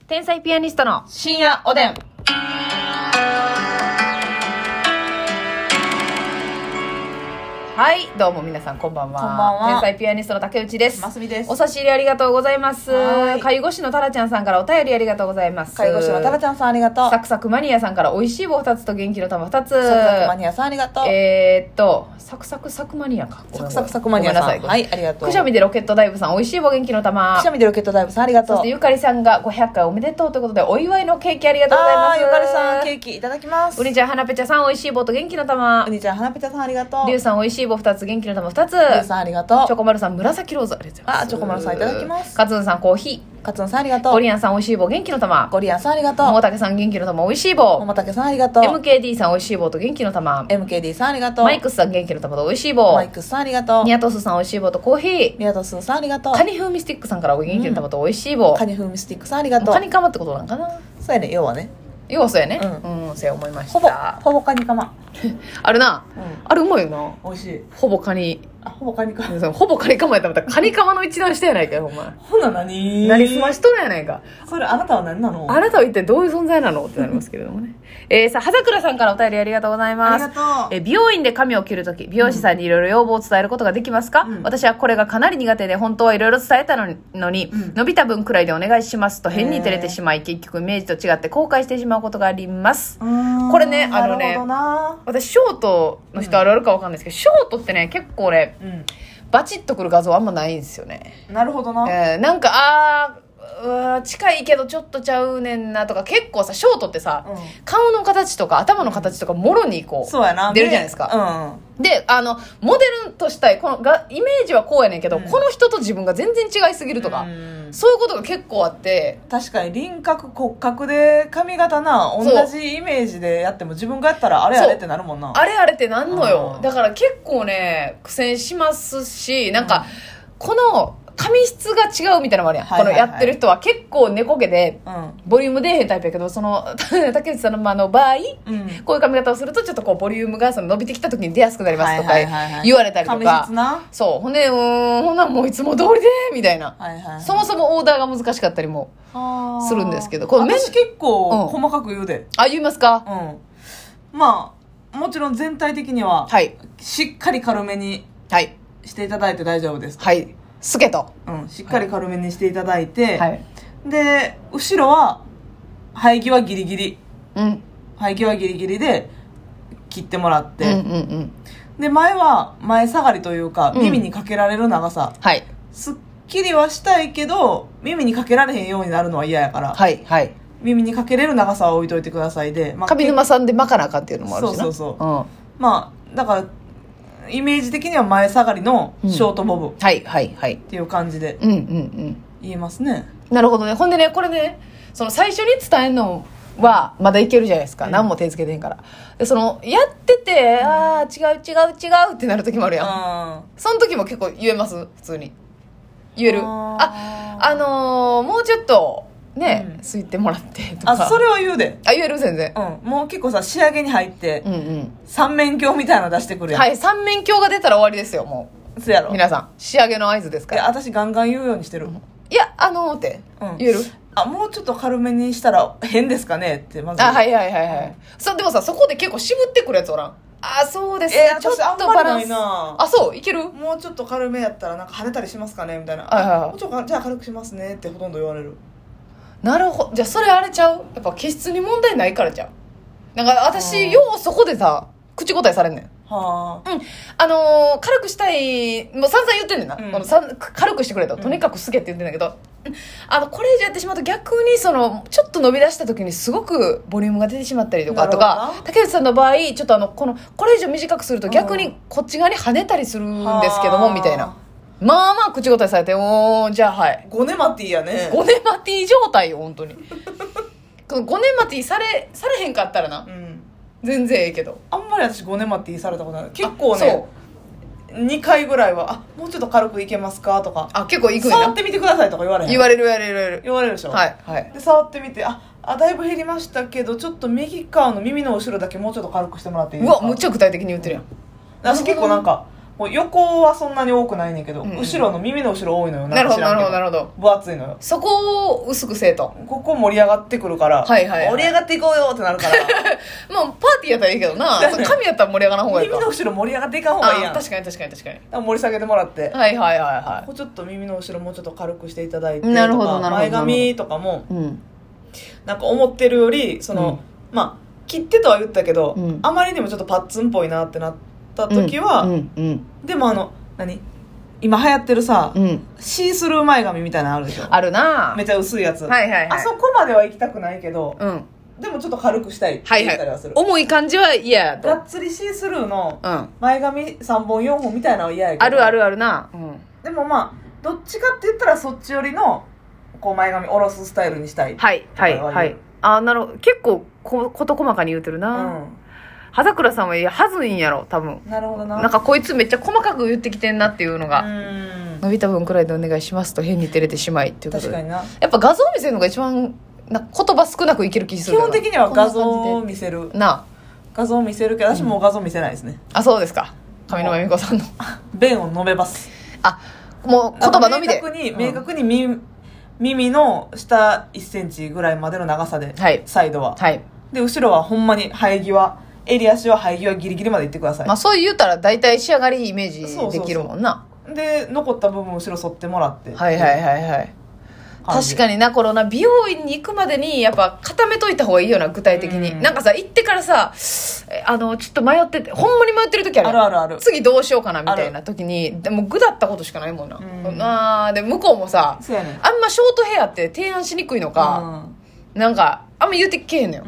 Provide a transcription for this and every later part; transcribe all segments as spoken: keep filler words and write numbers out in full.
天才ピアニストの深夜おでん。 はい、どうも皆さんこんばんは。 こんばんは。 天才ピアニストの竹内です。 ますみです。 お差し入れありがとうございます。介護士のタラちゃんさんからお便りありがとうございます。 介護士のタラちゃんさんありがとう。 サクサクマニアさんからおいしい棒ふたつと元気の玉ふたつ。 サクサクマニアさんありがとう。 えー、っとサクサクサクマニアか。 サクサクサクマニアさん、 ごめんなさい。 はい、ありがとう。 くしゃみでロケットダイブさんおいしい棒元気の玉。 くしゃみでロケットダイブさんありがとう。 そしてゆかりさんがごひゃっかいおめでとうということでお祝いのケーキありがとうございます。 あー、ゆかりさんケーキいただきます。 うにちゃんはなぺちゃさんおいしい棒と元気の玉。 うにちゃんはなぺちゃさんありがとう。 りゅうさんおいしい棒ふたつ元気の玉ふたつ。 りゅうさんありがとう。 チョコマルさん紫ローズありがとうございます。 あ、チョコマルさんいただきます。 カツンさんコーヒー。 カツンさんありがとう。 ゴリアンさんおいしい棒元気の玉。 ゴリアンさんありがとう。 桃竹さん元気の玉おいしい棒。 桃竹さんありがとう。 エムケーディー さんおいしい棒と元気の玉。 エムケーディー さんありがとう。 マイクスさん元気の玉とおいしい棒。 マイクスさんありがとう。 ニアトスさんおいしい棒とコーヒー。 ニアトスさんありがとう。 カニ風味スティックさんからお元気の玉とおいしい棒、 うん、カニ風味スティックさんありがとう。 カニカマってことなんかな。 そうやね、要はね。 要はそうやね。 うん、うん、そうや思いました。 ほぼほぼカニカマあるな、 うん、 あれうまいよな。 美味しい。 ほぼカニ。 あ、ほぼカニか。 ほぼカニカマやったらカニカマの一段下やないかよ、お前。 ほな何何すましとるやないか。 それあなたは何なの？ あなたは一体どういう存在なのってなりますけれどもね。えー、さあ、葉桜さんからお便りありがとうございます。 ありがとう。 えー、美容院で髪を切るとき、美容師さんにいろいろ要望を伝えることができますか？うん、私はこれがかなり苦手で、本当はいろいろ伝えたのに、のにうん、伸びた分くらいでお願いしますと変に照れてしまい、結局イメージと違って後悔してしまうことがあります。これね、あのね、私ショートの人あるあるかわかんないですけど、うん、ショートってね、結構ね、うんバチッとくる画像あんまないんですよね。 なるほどな。 えー、なんかあーう近いけどちょっとちゃうねんなとか、結構さショートってさ、うん、顔の形とか頭の形とかもろにこう、 そうやな出るじゃないですか、うん、であのモデルとしたいこのがイメージはこうやねんけど、うん、この人と自分が全然違いすぎるとか、うん、そういうことが結構あって。 確かに輪郭骨格で髪型な同じイメージでやっても自分がやったらあれあれってなるもんな。 あれあれってなんのよ。だから結構ね苦戦しますし、なんか、うん、この髪質が違うみたいなのもあるやん、はいはいはい、このやってる人は結構猫毛で、うん、ボリューム出えへんタイプやけど、その竹内さんの場合、うん、こういう髪型をするとちょっとこうボリュームがその伸びてきた時に出やすくなりますとか言われたりとか、 髪質な。 そうほんでうーんほんなもういつも通りでみたいな、はいはいはい、そもそもオーダーが難しかったりもするんですけど、この私結構細かく言うで、うん、 あ言いますか、 うん、まあもちろん全体的には、はい、しっかり軽めにしていただいて大丈夫です。 はいすけと、 うん、しっかり軽めにしていただいて、はい、で後ろは生え際ギリギリ、うん、生え際ギリギリで切ってもらって、うんうんうん、で前は前下がりというか、うん、耳にかけられる長さ、はい、すっきりはしたいけど耳にかけられへんようになるのは嫌やから、はいはい、耳にかけれる長さは置いといてくださいで、 まあ、上沼さんでまかなあかんっていうのもあるしな。 そうそうそう、うん、まあだからイメージ的には前下がりのショートボブ、うん、はいはいはいっていう感じで言えますね、うんうんうん、 なるほどね。ほんでねこれねその最初に伝えるのはまだいけるじゃないですか、うん、何も手つけてへんから。でそのやってて、うん、ああ違う違う違うってなる時もあるやん、うん、その時も結構言えます？普通に言える？ああのー、もうちょっとね、うん、すいてもらってとか。 あそれは言うで。 あ言える全然、 うん、もう結構さ仕上げに入って、うんうん、三面鏡みたいなの出してくるやん。 はい三面鏡が出たら終わりですよもう。 そうやろ皆さん仕上げの合図ですから。 いや私ガンガン言うようにしてる、うん、 いやあのー、って、うん、言える？ あもうちょっと軽めにしたら変ですかねってまず。 あはいはいはいはい、うん、そうでもさそこで結構渋ってくるやつおらん？あそうですね、えー、ちょっとバランスな。あそういける？ もうちょっと軽めやったらなんか跳ねたりしますかねみたいな、はいはいはい、もうちょっとじゃあ軽くしますねってほとんど言われる。 なるほど。じゃあそれあれちゃう？やっぱ毛質に問題ないからちゃう？なんか私ようそこでさ口答えされんねん。はあ、うん、あのー、軽くしたいもう散々言ってんねんな、うん、このさ軽くしてくれと、とにかくすけって言ってんだけど、うん、あのこれ以上やってしまうと逆にそのちょっと伸び出した時にすごくボリュームが出てしまったりとかとか、竹内さんの場合ちょっとあのこのこれ以上短くすると逆にこっち側に跳ねたりするんですけども、みたいな。まあまあ口答えされて、おーじゃあはいゴネマティやね。 ゴネマティ状態よ本当にこのゴネマティされされへんかったらな、うん、全然ええけど、 あんまり私ゴネマティされたことない。結構ねにかいぐらいはあもうちょっと軽くいけますかとか、 あ結構いくんやな。 触ってみてくださいとか言われへん？ 言われる言われる言われる言われるでしょ。 はいはい。 で触ってみてああだいぶ減りましたけどちょっと右側の耳の後ろだけもうちょっと軽くしてもらっていいですか？ うわむっちゃ具体的に言ってるやん、うん、 私結構なんかこう横はそんなに多くないねんけど、うんうん、後ろの耳の後ろ多いのよ。 なるほどなるほどなるほど。 分厚いのよ。 そこを薄くせえと。 ここ盛り上がってくるから、はいはいはい、盛り上がっていこうよってなるからまあパーティーやったらいいけどな髪やったら盛り上がらん方がいいか。 耳の後ろ盛り上がっていかん方がいいやん。 確かに確かに確かに。 盛り下げてもらって、 はいはいはいはい、 ここちょっと耳の後ろもうちょっと軽くしていただいてとか、 なるほどなるほど、 前髪とかも、うん、なんか思ってるよりその、うん、まあ切ってとは言ったけど、うん、あまりにもちょっとパッツンっぽいなってなった時は、うんうんうん、でもあの何今流行ってるさ、うん、シースルー前髪みたいなのあるでしょ。 あるな。 めっちゃ薄いやつ、 はいはいはい、 あそこまでは行きたくないけど、うん、でもちょっと軽くしたいって言ったりはする、 はいはい、重い感じは嫌やと。 がっつりシースルーの前髪さんぼんよんほんみたいなのは嫌やけど、 あるあるあるな、うん、 でもまあどっちかって言ったらそっち寄りのこう前髪下ろすスタイルにしたい。 はいはいはい。あ、なるほど。結構こ事細かに言うてるな、うん、葉桜さんはいやはずいんやろ多分。 なるほどな。 なんかこいつめっちゃ細かく言ってきてんなっていうのが、伸びた分くらいでお願いしますと変に照れてしまいっていうことで。 確かにな。 やっぱ画像見せるのが一番な言葉少なくいける気する。 基本的には画像を見せるな。 画像を見せるけど私もう画像見せないですね、うん、 あ、そうですか。上沼恵美子さんの弁を述べます。 あ、もう言葉のみで明確に、うん、明確に耳耳の下いっセンチぐらいまでの長さで、はい、サイドは、はい、で後ろはほんまに生え際、襟足は生え際ギリギリまでいってください。 まあそう言うたら大体仕上がりイメージできるもんな。 そうそうそう。で残った部分後ろ反ってもらって、 はいはいはいはい。確かにな、このな美容院に行くまでにやっぱ固めといた方がいいよな、具体的に、うん、なんかさ行ってからさあのちょっと迷ってて、ほんまに迷ってる時ある。 あるあるある。 次どうしようかなみたいな時にでも具だったことしかないもんな、うん、あで向こうもさ、 そうやね、 あんまショートヘアって提案しにくいのか、うん、なんかあんま言うてけへんのよ、うん、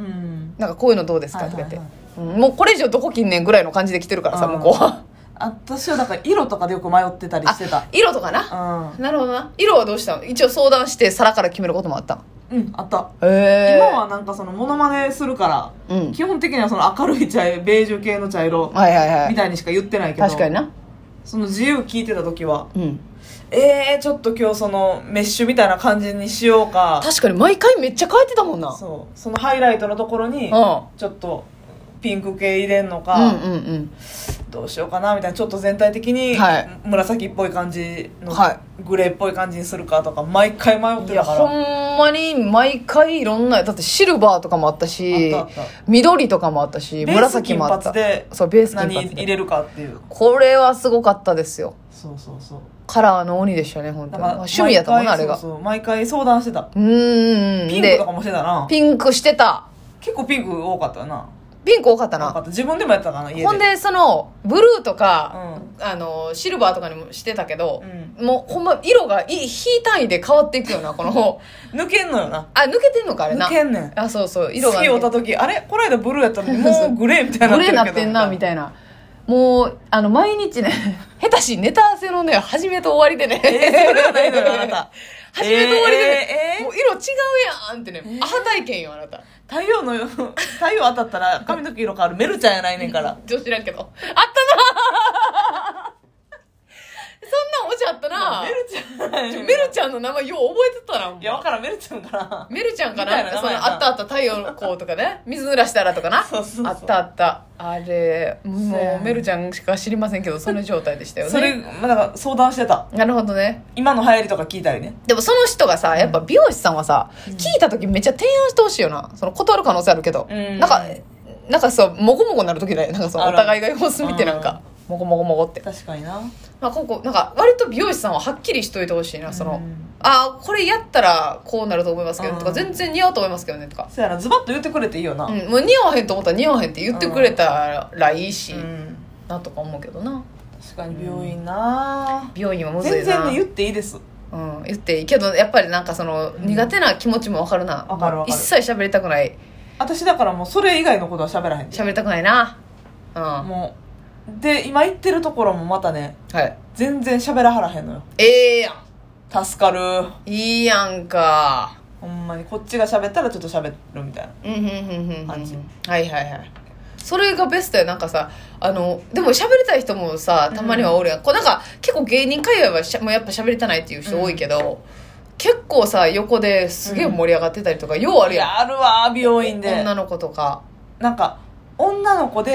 なんかこういうのどうですか、はいはいはい、とか言って、うん、もうこれ以上どこ切んねんぐらいの感じで来てるからさ、向こうは。 私はだから色とかでよく迷ってたりしてた。 色とかな、うん、なるほどな。色はどうしたの？一応相談して皿から決めることもあった。 うん、あった。 へ今はなんかそのモノマネするから、うん、基本的にはその明るい茶色、ベージュ系の茶色みたいにしか言ってないけど、 確かにな。 その自由聞いてた時は、うん、えー、ちょっと今日そのメッシュみたいな感じにしようか。 確かに毎回めっちゃ変えてたもんな。 そう、そのハイライトのところにちょっとピンク系入れんのか、うんうんうん、どうしようかなみたいな、ちょっと全体的に紫っぽい感じの、はい、グレーっぽい感じにするかとか毎回迷ってたから。 いやほんまに毎回いろんな、だってシルバーとかもあったし、あったあった、緑とかもあったし、紫もあった。 でそう、ベース金髪で何入れるかっていう、 これはすごかったですよ。 そうそうそう、 カラーの鬼でしたね本当に。趣味やったもんな、あれが。 そうそう、毎回相談してた。 うーん、 ピンクとかもしてたな。 ピンクしてた。 結構ピンク多かったよな。 ピンク多かったな。 多かった。自分でもやったかな、家で。 ほんでそのブルーとか、うん、あのシルバーとかにもしてたけど、うん、もうほんま色がい日単位で変わっていくよな、この抜けんのよな。 あ、抜けてんのかあれな。 抜けんねん。 あ、そうそう、色が、 ね、次会った時、あれこの間ブルーやったのにもうグレーみたいなグレーなってんなみたいな。もうあの毎日ね下手しネタ合わせのね始めと終わりでね、 えー、それはないのよあなた。 始めと終わりでね、えーえー、もう色違うやんってね、えー、アハ体験よあなた。 太陽の太陽当たったら髪の毛色変わるメルちゃんやないねんから女子らんけどあったなそんなお茶あったな。 メルちゃんメルちゃんの名前よう覚えてたな。 いや分からん、メルちゃんかな、 メルちゃんかな、そのあったあった太陽の子とかね水濡らしたらとかな。 そうそうそう、 あったあった。あれもうメルちゃんしか知りませんけどその状態でしたよね。 それまだ相談してた。 なるほどね。 今の流行りとか聞いたりね。 でもその人がさやっぱ美容師さんはさ、うん、聞いた時めっちゃ提案してほしいよな。その断る可能性あるけど、うん、なんかなんかさもごもごなる時でなんかそのお互いが様子見てなんかもごもごもごって。 確かにな。 まあ、ここなんか割と美容師さんははっきりしといてほしいな。その、うん、あこれやったらこうなると思いますけど、うん、とか全然似合うと思いますけどねとか。 そうやな、ズバッと言ってくれていいよな、 うん、もう似合わへんと思ったら似合わへんって言ってくれたらいいし、うん、なとか思うけどな。 確かに美容院な、うん、 美容院はむずいな。 全然ね言っていいです、 うん、言っていいけどやっぱりなんかその、うん、苦手な気持ちも分かるな。 分かる分かる。 一切喋りたくない。 私だからもうそれ以外のことは喋らへん。 喋りたくないな、うん、 もうで今行ってるところもまたね、 はい、 全然喋らはらへんのよ。 ええー、やん、助かる。 いいやんか。 ほんまにこっちが喋ったらちょっと喋るみたいな感じ。 はいはいはい。それがベストや。なんかさあのでも喋りたい人もさたまにはおるやん、うん、こうなんか結構芸人界隈はしもうやっぱ喋りたないっていう人多いけど、うん、結構さ横ですげえ盛り上がってたりとか、うん、ようあるやん。 あるわ美容院で女の子とかなんか女の子で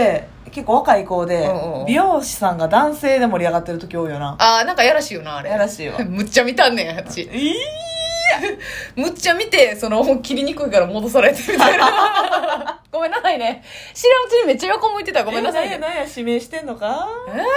結構若い子で、 うんうん、 美容師さんが男性で盛り上がってる時多いよな。 ああ、なんかやらしいよな、あれ。 やらしいわ。 むっちゃ見たんねん、私。 えーむっちゃ見て、その、切りにくいから戻されてみたいな。ごめんなさいね。知らんうちにめっちゃ横向いてた。ごめんなさいね。 えー、何や、指名してんのか、 えー、 盛り上がって。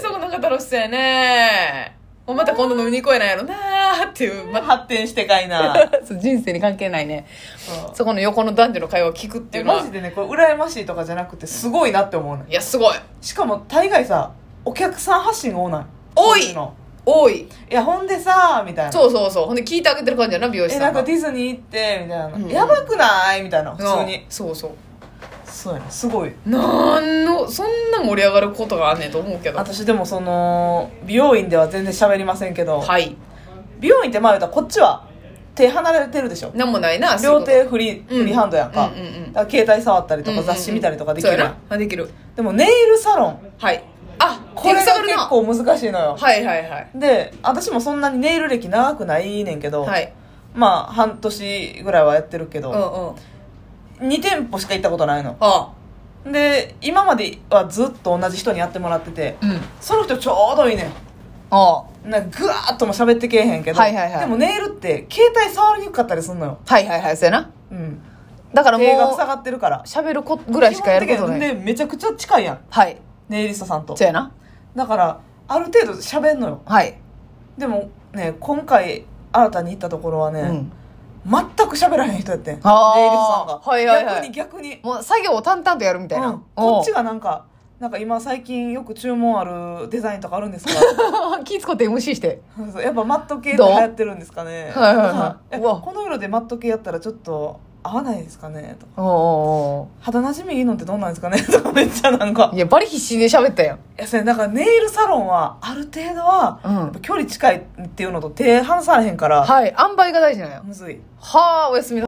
そこなんか楽しそうやね。また今度飲みに来いなんやろなーっていう、ま、 発展してかいな。 人生に関係ないね。そこの横の男女の会話を聞くっていうのは。 マジでね、これ羨ましいとかじゃなくて、すごいなって思うね。 いや、すごい。 しかも、大概さ、お客さん発信が多ない。 多いの。多い。 いや、ほんでさ、みたいな。 そうそうそう。ほんで聞いてあげてる感じやな、美容師さんが。 え、なんかディズニー行って、みたいな。うん、やばくないみたいな、普通に。 そうそう。 そうやね、すごい。 なんの、そんな盛り上がることがあんねんと思うけど。 私でもその、美容院では全然喋りませんけど。 はい。 美容院って前言ったらこっちは手離れてるでしょ。 なんもないな。 両手フリー、 うん、 フリーハンドやんか。 うんうんうん、 だから携帯触ったりとか雑誌見たりとかできるやん。 うんうんうん、そうやな。できる。 でもネイルサロン。 はい。あ、 これが結構難しいのよ。 はいはいはい。 で、私もそんなにネイル歴長くないねんけど、 はい、 まあ半年ぐらいはやってるけど、 うんうん、 に店舗しか行ったことないの。 ああで、今まではずっと同じ人にやってもらってて、うん、その人ちょうどいいねん。ああなんかぐわーっとも喋ってけえへんけど、はいはいはい、でもネイルって携帯触りにくかったりすんのよ。 はいはいはい、そうやな。 うん。 だからもう手が塞がってるから喋るこぐらいしかやることない。 でめちゃくちゃ近いやん。はい。ネイリストさんと。 そうやな。 だからある程度喋んのよ。はい。でもね、今回新たに行ったところはね、うん、全く喋らへん人やってん。ネイリストさんが。はいはいはい。逆に逆に。 もう作業を淡々とやるみたいな。うん、 こっちがなんか。なんか今最近よく注文あるデザインとかあるんですか気ぃ使って エムシー してやっぱマット系って流行ってるんですかね。はいはいはい、この色でマット系やったらちょっと合わないですかねとか、おー肌なじみいいのってどんなんですかねとかめっちゃなんかいやバリ必死で喋ったやん。いやそれだからネイルサロンはある程度は、うん、やっぱ距離近いっていうのと手離されへんから、 はい、塩梅が大事なんや。 むずい。 はあ、おやすみな